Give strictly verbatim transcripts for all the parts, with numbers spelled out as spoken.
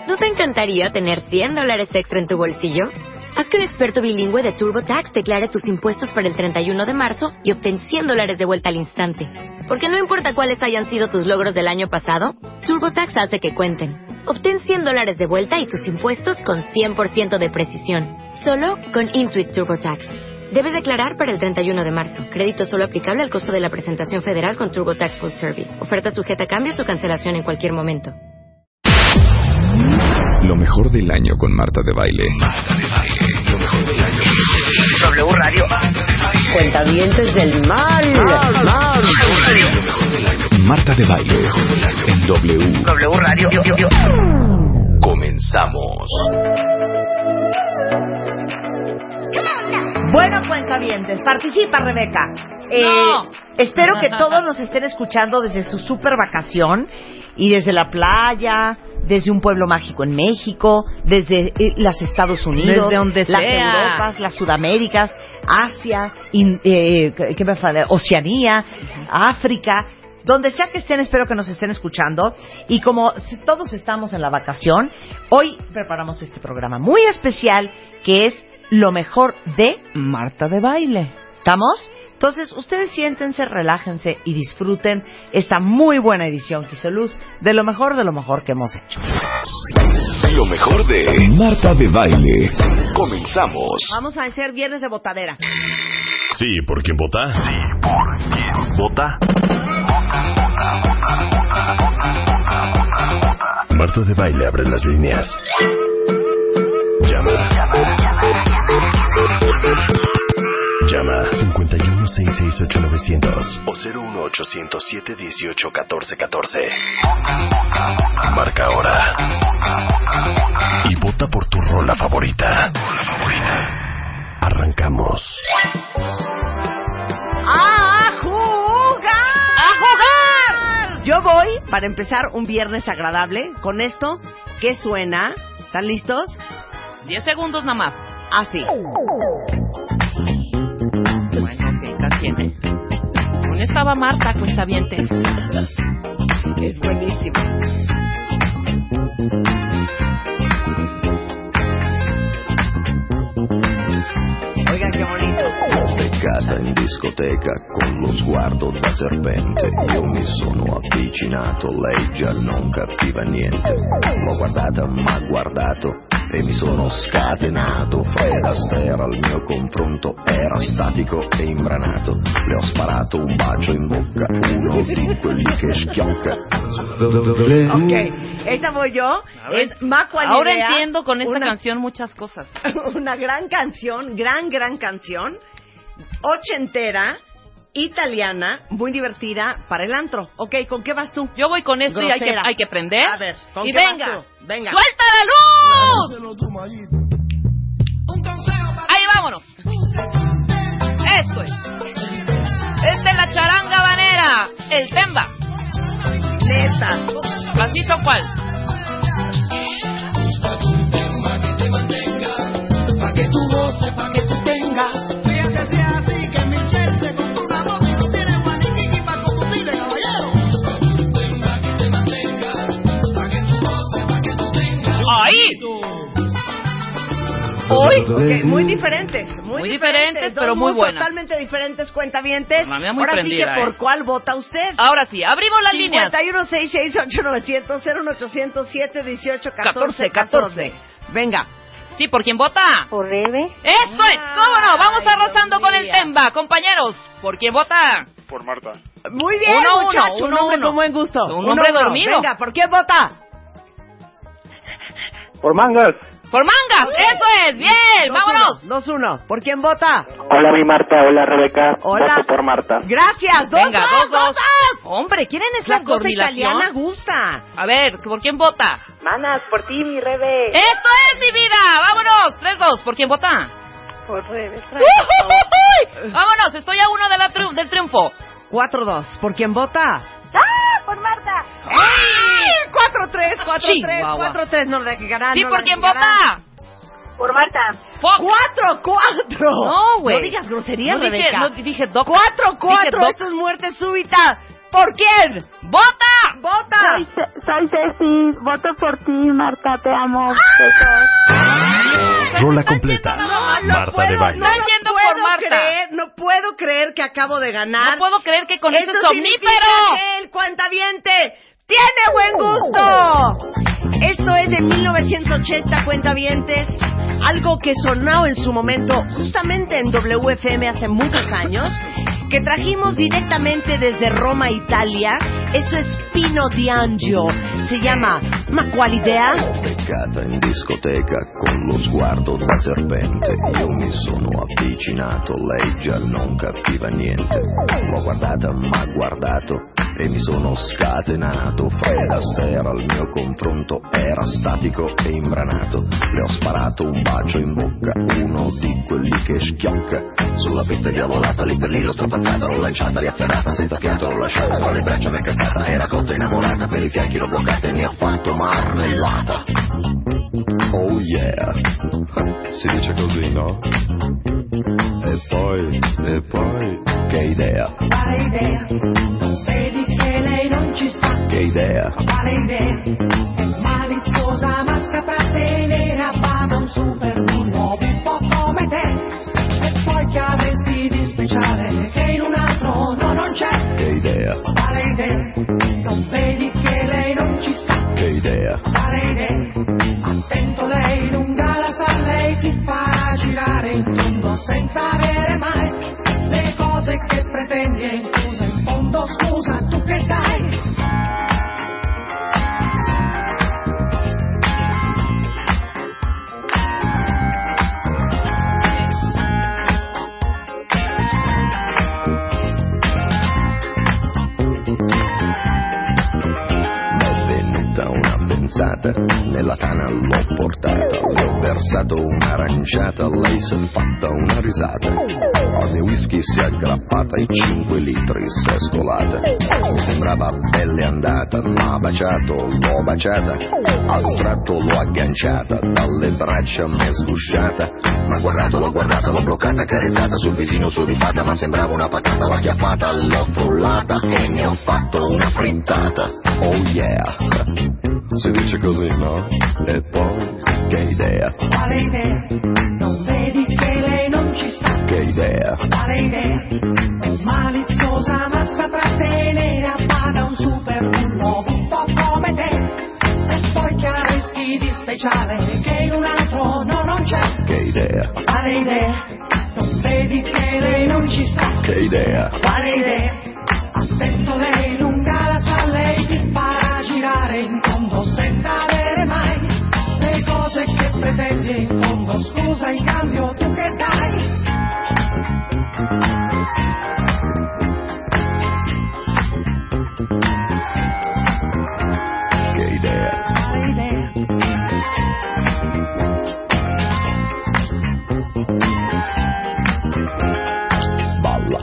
¿No te encantaría tener cien dólares extra en tu bolsillo? Haz que un experto bilingüe de TurboTax declare tus impuestos para el treinta y uno de marzo y obtén cien dólares de vuelta al instante. Porque no importa cuáles hayan sido tus logros del año pasado, TurboTax hace que cuenten. Obtén cien dólares de vuelta y tus impuestos con cien por ciento de precisión. Solo con Intuit TurboTax. Debes declarar para el treinta y uno de marzo. Crédito solo aplicable al costo de la presentación federal con TurboTax Full Service. Oferta sujeta a cambios o cancelación en cualquier momento. Lo mejor del año con Marta de Baile. Marta de Baile. Lo mejor del año. W Radio. Cuentavientes del mal. Mal, mal. Marta de Baile. En W. W Radio. Comenzamos. Bueno, cuentavientes, participa, Rebeca. Eh, no. Espero que todos nos estén escuchando desde su super vacación y desde la playa, desde un pueblo mágico en México, desde eh, los Estados Unidos, desde donde las sea. Europas, las Sudaméricas, Asia, in, eh, ¿qué me falta? Oceanía, África. Donde sea que estén, espero que nos estén escuchando. Y como todos estamos en la vacación, hoy preparamos este programa muy especial que es lo mejor de Marta de Baile. ¿Estamos? Entonces, ustedes siéntense, relájense y disfruten esta muy buena edición que hizo Luz de lo mejor de lo mejor que hemos hecho. Lo mejor de Marta de Baile. Comenzamos. Vamos a hacer viernes de botadera. Sí, ¿por quién vota? Sí, ¿por quién vota? Marta de Baile abre las líneas. Llama. Llama cincuenta y uno, seiscientos sesenta y ocho, novecientos o cero uno, ochocientos siete, dieciocho, catorce, catorce. Marca ahora. Y vota por tu rola favorita. Arrancamos. ¡A jugar! ¡A jugar! Yo voy, para empezar un viernes agradable, con esto que suena. ¿Están listos? Diez segundos nada más. Así. Bueno, ok, casi. ¿Dónde estaba Marta, cuentavientes? Es buenísimo. Oigan, qué bonito. Beccata in discoteca con lo sguardo da serpente. Io mi sono avvicinato, lei già non capiva niente. L'ho guardata, m'ha guardato e mi sono scatenato. Fred Astaire al mio confronto era statico e imbranato. Le ho sparato un bacio in bocca, uno di quelli che schiocca. Ok, esa voy yo. Es Macualidea. Ahora entiendo con esta una, canción muchas cosas. Una gran canción, gran, gran canción. Ochentera, italiana, muy divertida para el antro. Ok, ¿con qué vas tú? Yo voy con esto y hay que, hay que prender. A ver, ¿con y qué venga, vas tú? Venga. ¡Suelta la luz! Ahí vámonos. Esto es. Esta es la charanga habanera, el temba. Neta. ¿Pasito cuál? Pa' que te mantenga, pa' que tú goces, pa' que tú tengas. Fíjate si es así que mi chel se compró una moto y no tiene guaniquiqui pa' combustible, caballero. Pa' que te mantenga, pa' que tú goces, pa' que tú tengas. ¡Ahí! Hoy, okay, muy diferentes, muy, muy diferentes, diferentes pero muy buenas. Totalmente diferentes, cuentavientes. La mía muy Ahora prendida, sí que, ¿por ¿eh? cuál vota usted? Ahora sí, abrimos las líneas. cincuenta y uno, seiscientos sesenta y ocho, novecientos, cero uno ochocientos, siete dieciocho, catorce, catorce. Venga. Sí, ¿por quién vota? Por Rebe. ¡Esto es! ¿Cómo no? Vamos arrasando con el temba, compañeros. ¿Por quién vota? Por Marta. Muy bien, uno, muchacho, uno, un hombre uno. con buen gusto. Un hombre uno, dormido. Venga, ¿por quién vota? Por Mangas. ¡Por Mangas! ¡Eso es! ¡Bien! dos, ¡Vámonos! dos uno. ¿Por quién vota? Hola, mi Marta. Hola, Rebeca. Hola. Voto por Marta. Gracias. Dos, Venga, dos, dos, dos. dos, dos. Hombre, ¿quieren La esa cosa italiana dormilación? gusta. A ver, ¿por quién vota? Manas, por ti, mi Rebe. ¡Esto es, mi vida! ¡Vámonos! tres dos. ¿Por quién vota? Por Rebe. ¡Uy! ¡Vámonos! Estoy a uno de la triun- del triunfo. cuatro dos. ¿Por quién vota? ¡Ah! Por Marta. ¡Ay! cuatro tres, cuatro tres, Chihuahua. cuatro tres. No le deje ganar. ¿Sí, no por le quién deje ganar. vota? Por Marta. Fuck. ¡Cuatro, cuatro! No, güey. No digas grosería, No dije, Rebeca. no dije doc. ¡Cuatro, Dije cuatro! doc. Esto es muerte súbita. por quién? ¡Vota! ¡Vota! Soy, Ce- soy Ceci, voto por ti, Marta, te amo. Besos. Rola completa. No, no Marta puedo, de Baile. no lo Está yendo puedo por Marta. creer, no puedo creer que acabo de ganar. No puedo creer que con Esto eso significa somnífero. que el cuentaviente tiene buen gusto. Esto es de mil novecientos ochenta, cuentavientes. Algo que sonó en su momento justamente en W F M hace muchos años, que trajimos directamente desde Roma, Italia. Eso es Pino D'Angio. Se llama Ma quale idea? Beccata in discoteca con lo sguardo da serpente. Io mi sono avvicinato, lei già non capiva niente. L'ho guardata, m'ha guardato e mi sono scatenato. Fred Astaire al mio confronto era statico e imbranato. Le ho sparato un bacio in bocca, uno di quelli che schiocca. Sulla pista diavolata, lì per lì l'ho strapazzata, l'ho lanciata, riafferrata, senza fiato l'ho lasciata, tra le braccia m'è cascata, era cotta innamorata, per i fianchi l'ho bloccata e ne ho fatto marmellata. Oh yeah, si dice così, no? E poi, e poi, Che idea, Quale idea? Vedi che lei non ci sta. che idea, Quale idea? È maliziosa ma saprà tenere a bada un super bullo un po' come te. E poi che avresti di speciale che in un altro no non c'è. che idea, Quale idea? Non vedi che lei non ci sta. che idea, Quale idea? Attento lei lunga la sa, lei ti fa girare in tondo senza avere mai le cose che pretendi. E scusa, in fondo scusa, tu che dai? m'è venuta una pensata, nella tana l'ho portata, le ho versato un'aranciata, lei si è fatta una risata, al mio whisky si è aggrappata e cinque litri si è scolata, mi sembrava pelle andata, m'ha baciato, l'ho baciata, al tratto l'ho agganciata, dalle braccia m'è sgusciata, m'ha guardato, l'ho guardata, l'ho bloccata, carezzata sul visino sudifata, ma sembrava una patata, l'ho acchiappata, l'ho frullata e ne ho fatto una frittata. Oh yeah, si dice così, no? E poi, che idea, Quale idea? Non vedi che lei non ci sta. che idea, Quale idea? È maliziosa ma saprà tenere a bada un super bullo un po' come te. E poi che avresti di speciale che in un altro no non c'è. che idea, Quale idea? Non vedi che lei non ci sta. che idea, Quale idea? Attento lei lunga la sa, lei ti farà girare in tondo senza avere mai le cose che pretendi. In fondo scusa, in cambio tu che dai? che idea, Quale idea? balla.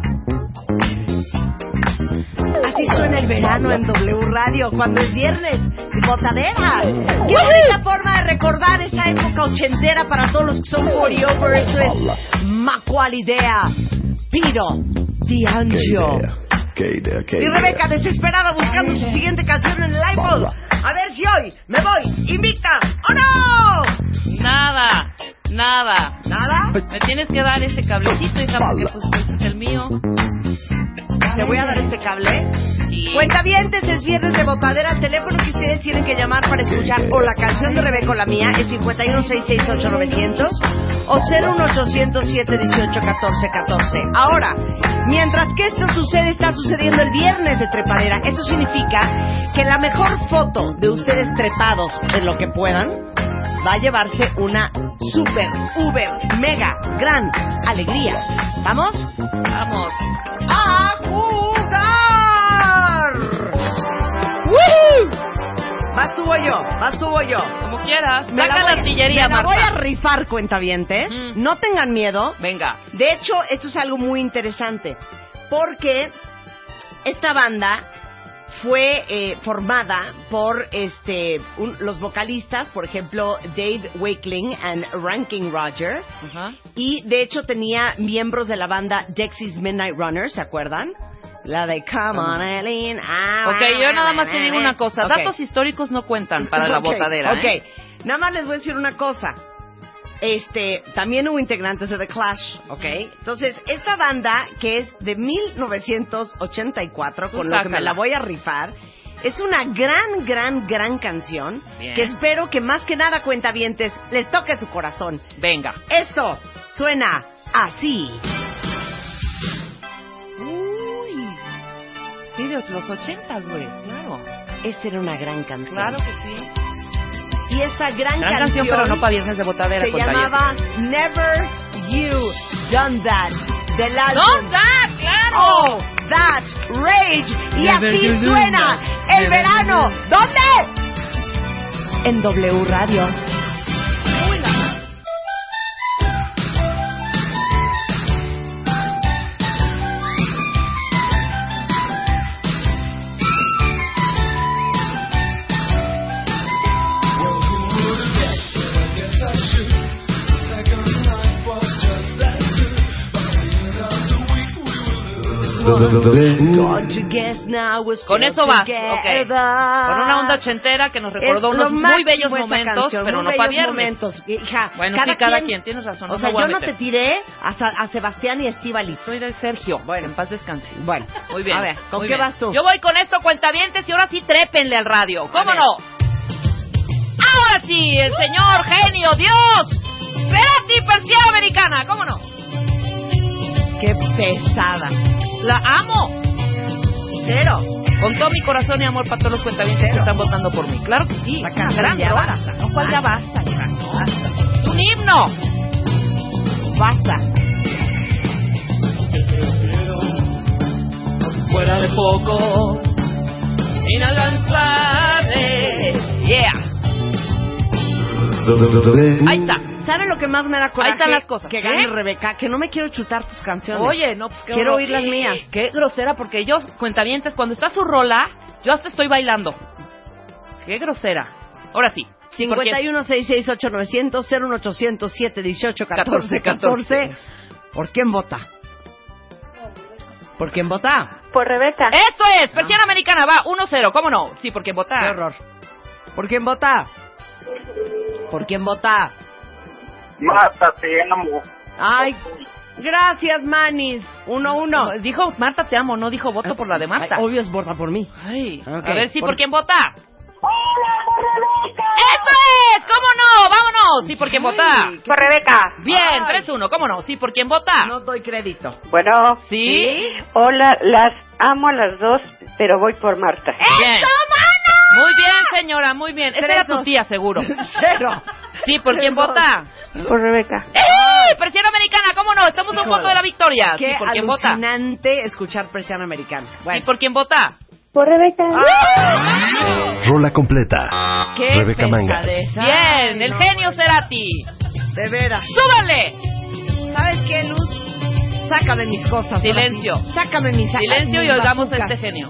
Así suena el verano en W Radio cuando es viernes. Botadera. Qué bonita forma de recordar esa época ochentera para todos los que son cuarenta over. Eso es Ma quale idea. Pino Che D'Angio. idea, che idea, che Y idea. Rebeca desesperada buscando su siguiente canción en el iPod. A ver si hoy me voy invicta o no. Nada, nada. ¿Nada? Me tienes que dar ese cablecito, hija, porque pues ese es el mío. Te voy a dar este cable. Sí. Cuentavientes, es viernes de botadera. El teléfono que ustedes tienen que llamar para escuchar o la canción de Rebeca o la mía es cincuenta y uno, seiscientos sesenta y ocho, novecientos o cero uno ochocientos, siete dieciocho, catorce catorce. Ahora, mientras que esto sucede, está sucediendo el viernes de trepadera. Eso significa que la mejor foto de ustedes trepados en lo que puedan va a llevarse una super, uber, mega, gran alegría. ¿Vamos? Vamos. ¡A jugar! ¡Woohoo! Vas tú o yo, vas tú o yo. Como quieras. Me Saca la voy a- artillería, me la voy a Marta. rifar, cuentavientes. Mm. No tengan miedo. Venga. De hecho, esto es algo muy interesante. Porque esta banda fue eh, formada por este un- los vocalistas, por ejemplo, Dave Wakeling y Ranking Roger. Ajá. Y de hecho tenía miembros de la banda Dexys Midnight Runners, ¿se acuerdan? La de Come on, Eileen. Ah, Ok, yo nada más te digo una cosa. Okay. Datos históricos no cuentan para la Ok, botadera, Ok, ¿eh? nada más les voy a decir una cosa. Este, también hubo integrantes de The Clash, ¿ok? Entonces, esta banda, que es de mil novecientos ochenta y cuatro, Tú con lo que me sácala. la voy a rifar, es una gran, gran, gran canción Bien. que espero que más que nada, cuentavientes, les toque su corazón. Venga. Esto suena así. Uy. Sí, de los ochentas, güey. Claro. Esta era una gran canción. Claro que sí. Y esa gran, Gran canción, pero no para viernes de botadera. se cuentavientes. llamaba Never You Done That, del álbum ¡Don't That! ¡Claro! Oh, That Rage. Y Never así You Done suena That. el Never verano. ¿Dónde? En W Radio. Uy, la... Got to guess now was Con just eso vas, together. ok. Con una onda ochentera que nos recordó Es lo unos muy máximo bellos esa momentos, canción, pero muy no para bellos viernes. momentos. Hija, Bueno, cada sí, cada quien- quien, tienes razón. O no sea, me voy yo a no meter. te tiré a, Sa- a Sebastián y Estíbaliz. Soy del Sergio. Bueno. En paz descanse. Bueno, Muy bien. A ver, ¿con muy qué bien. vas tú? Yo voy con esto, cuentavientes, y ahora sí trépenle al radio. ¿Cómo ver. no? Ahora sí, el señor genio, Dios. Cerati, Persiana Americana. ¿Cómo no? Qué pesada. La amo. Cero. Con todo mi corazón y amor para todos los cuentavientes que están votando por mí. Claro que sí. La Una canción gran ya rola. basta. No, ¿cuál ya basta? hija? No, basta. Es un himno. Basta. Fuera de foco, inalcanzable. Yeah. Ahí está. ¿Saben lo que más me da coraje? Ahí están las cosas. Que ¿Qué? gane Rebeca, que no me quiero chutar tus canciones. Oye, no, pues qué Quiero horror. oír las Eh, mías. Qué grosera, porque yo, cuentavientes, cuando está su rola, yo hasta estoy bailando. Qué grosera. Ahora sí. cincuenta y uno, seiscientos sesenta y ocho, novecientos, cero uno ochocientos, siete dieciocho, catorce, catorce. ¿Por quién vota? ¿Por quién vota? Por Rebeca. Eso es, Persiana Americana, va, uno cero, ¿cómo no? Sí, porque vota. Qué horror. ¿Por quién vota? ¿Por quién vota? Marta, te amo. Ay, gracias, Manis. Uno, uno. No, dijo Marta te amo, no dijo voto por la de Marta. Ay, obvio es vota por mí. Ay, Ok, a ver si por- por quién vota. ¡Eso es! ¿Cómo no? ¡Vámonos! Sí, por quién vota. Por Rebeca. Bien, Ay. tres uno, ¿cómo no? Sí, por quién vota. No doy crédito. Bueno. ¿Sí? Hola, las amo a las dos, pero voy por Marta. Bien. Muy bien, señora, muy bien. Esta Tres, era tu dos. tía, seguro. Cero. Sí, ¿por quién Tres, vota? Por Rebeca. ¡Eh! Persiana Americana, ¿cómo no? Estamos a un Híjole. voto de la victoria. Qué Sí, ¿por quién vota? alucinante escuchar Persiana Americana. Sí, Bueno, ¿por quién vota? Por Rebeca. Rola completa. qué Rebeca Mangas. pesadez. Bien, Ay, el no. genio Cerati. De veras. ¡Súbanle! ¿Sabes qué, Luz? Sácame mis cosas. Silencio. ahora sí. Sácame mis Silencio y mis oigamos a bazucas. este genio.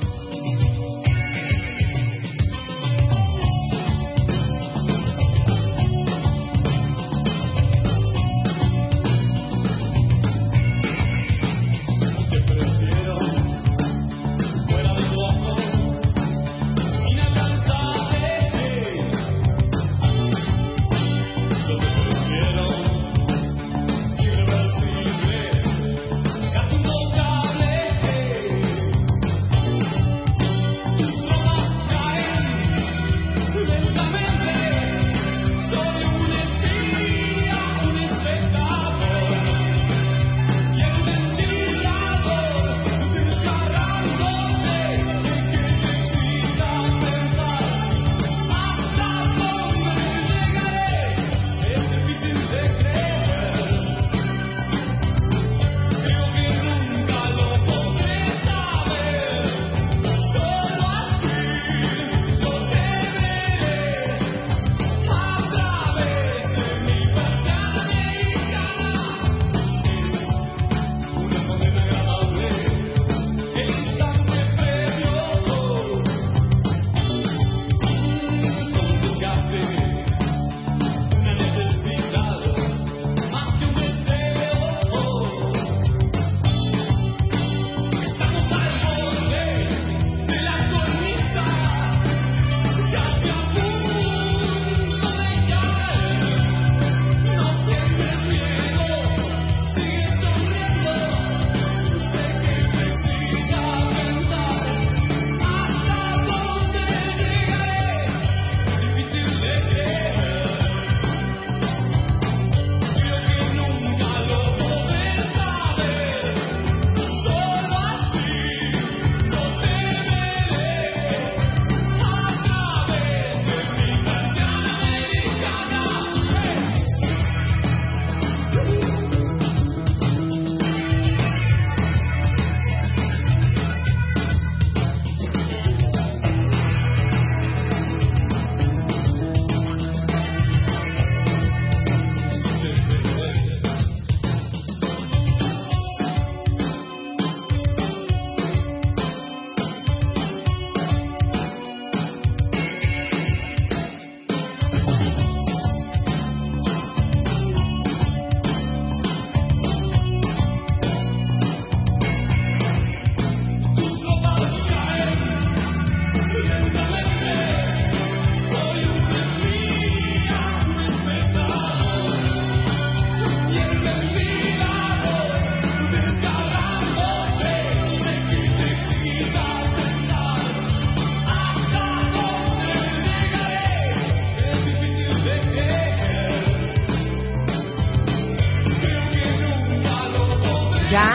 ¿Ya?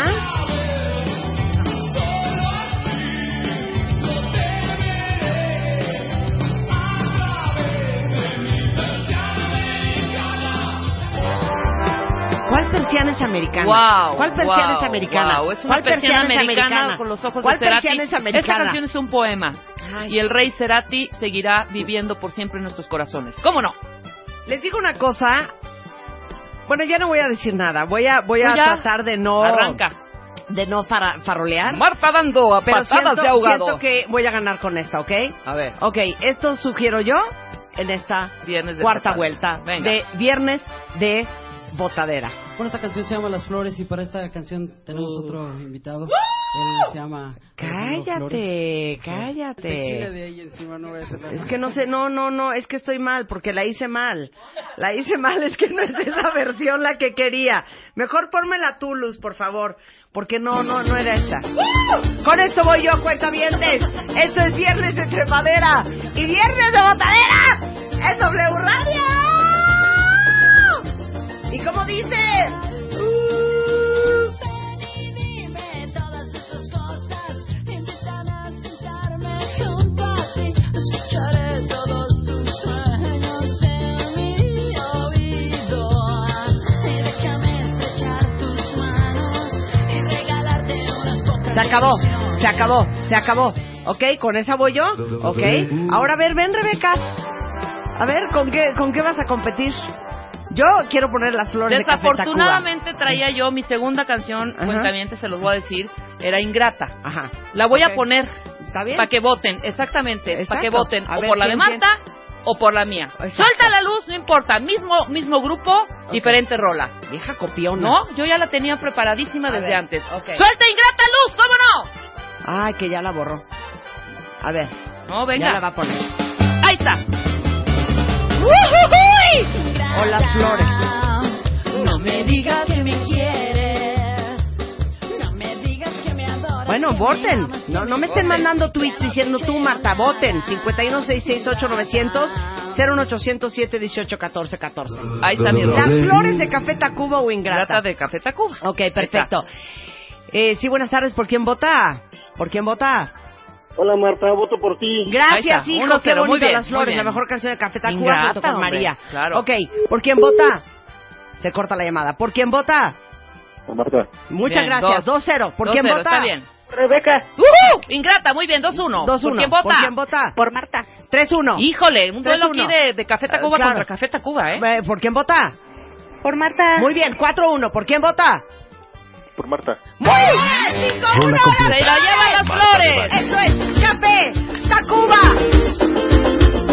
¿Cuál persiana es americana? Wow, ¿Cuál persiana wow, es americana? wow. Es una ¿Cuál persiana es americana con los ojos ¿Cuál de Cerati. persiana es americana? Esta canción es un poema. Ay. Y el rey Cerati seguirá viviendo por siempre en nuestros corazones. ¿Cómo no? Les digo una cosa. Bueno, ya no voy a decir nada. Voy a voy a Tú ya tratar de no Arranca. de no fara- farrolear. Marta dando a Pero patadas siento, de ahogado. siento que voy a ganar con esta, ¿ok? A ver. Ok, esto sugiero yo en esta Viernes de cuarta Botadera. vuelta Venga. de Viernes de Botadera. Bueno, esta canción se llama Las Flores y para esta canción tenemos Uh. otro invitado. Él se llama... Cállate, cállate. Tequila de ahí encima, no voy a hacer nada. Es que no sé, no, no, no, es que estoy mal, porque la hice mal. La hice mal, es que no es esa versión la que quería. Mejor pónmela tú, Luz, por favor, porque no, no, no era esa. Con esto voy yo, cuentavientes. Esto es Viernes de Trepadera y Viernes de Botadera en W Radio. ¿Y cómo dice? Se acabó, se acabó, se acabó. ¿Ok? ¿Con esa voy yo? ¿Ok? Ahora, a ver, ven, Rebeca. A ver, ¿con qué, con qué vas a competir? Yo quiero poner Las Flores de Café Tacuba. Desafortunadamente traía yo mi segunda canción, Ajá. cuentamientos, se los voy a decir, era Ingrata. Ajá. La voy Ok. a poner ¿Está bien? para que voten, exactamente, para Exacto. que voten A o ver, por la de ¿quién, Marta o por la mía. Exacto. Suelta la luz, no importa, mismo mismo grupo, diferente rola. Vieja copiona. No, yo ya la tenía preparadísima A desde ver, antes. ok. Suelta Ingrata luz, ¿cómo no? Ay, que ya la borró. A ver, No, venga. ya la va a poner. Ahí está. O Las Flores. No me digas que me quieres. No me digas que me adoras. Bueno, voten. No, no me estén mandando tweets diciendo tú, Marta, voten. cincuenta y uno, seiscientos sesenta y ocho, novecientos, cero uno ochocientos, siete dieciocho, catorce catorce. Ahí está mi rola. Las Flores de Café Tacuba o Ingrata. Ingrata de Café Tacuba. Ok, perfecto. Eh, sí, buenas tardes. ¿Por quién vota? ¿Por quién vota? Hola Marta, voto por ti. Gracias, Ahí está, hijo. uno Qué cero, muy bonito bien, Las Flores, muy bien. la mejor canción de Café Tacuba Ingrata, junto con hombre, María. claro. Ok, ¿por quién vota? Se corta la llamada. ¿Por quién vota? Por Marta. Muchas Bien, gracias. dos. dos cero. ¿Por dos quién cero, vota? Está bien. Rebeca. ¡Uhú! Ingrata, muy bien, dos uno. dos uno. ¿Por quién vota? ¿Por quién vota? Por Marta. tres uno. Híjole, un duelo tres uno. aquí de, de Café Tacuba Eh, claro. contra Café Tacuba, ¿eh? Eh, ¿Por quién vota? Por Marta. Muy bien, cuatro uno. ¿Por quién vota? Por Marta. ¡Muy bien! ¡cinco uno! Rola completa. ¡Se la lleva Las Marta de Flores! Baile. ¡Eso es Café Tacuba!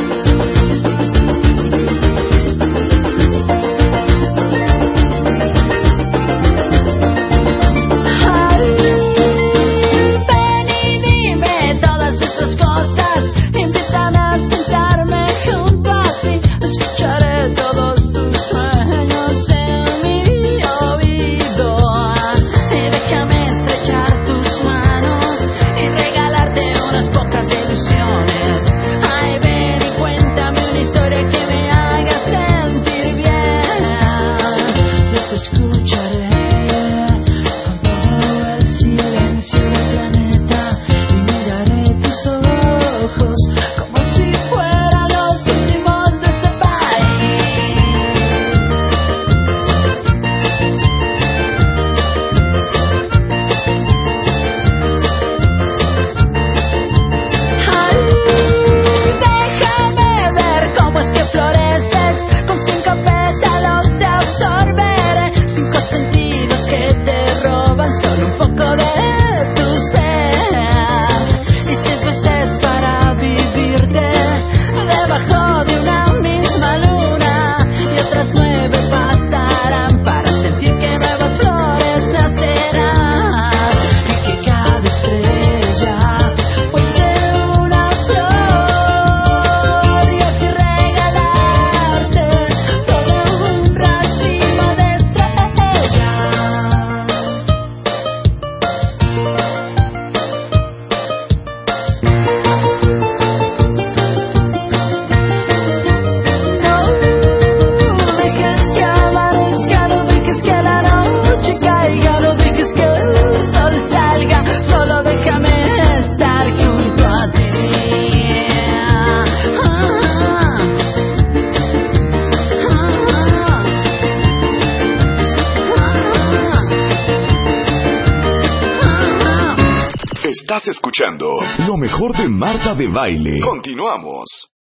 Ven y dime todas esas cosas. Invítame a sentarme junto a ti. Escucharé todos sus sueños en mi oído. Y déjame estrechar tus manos y regalarte unas pocas ilusiones. Ay, Estás escuchando lo mejor de Marta de Baile. Continuamos.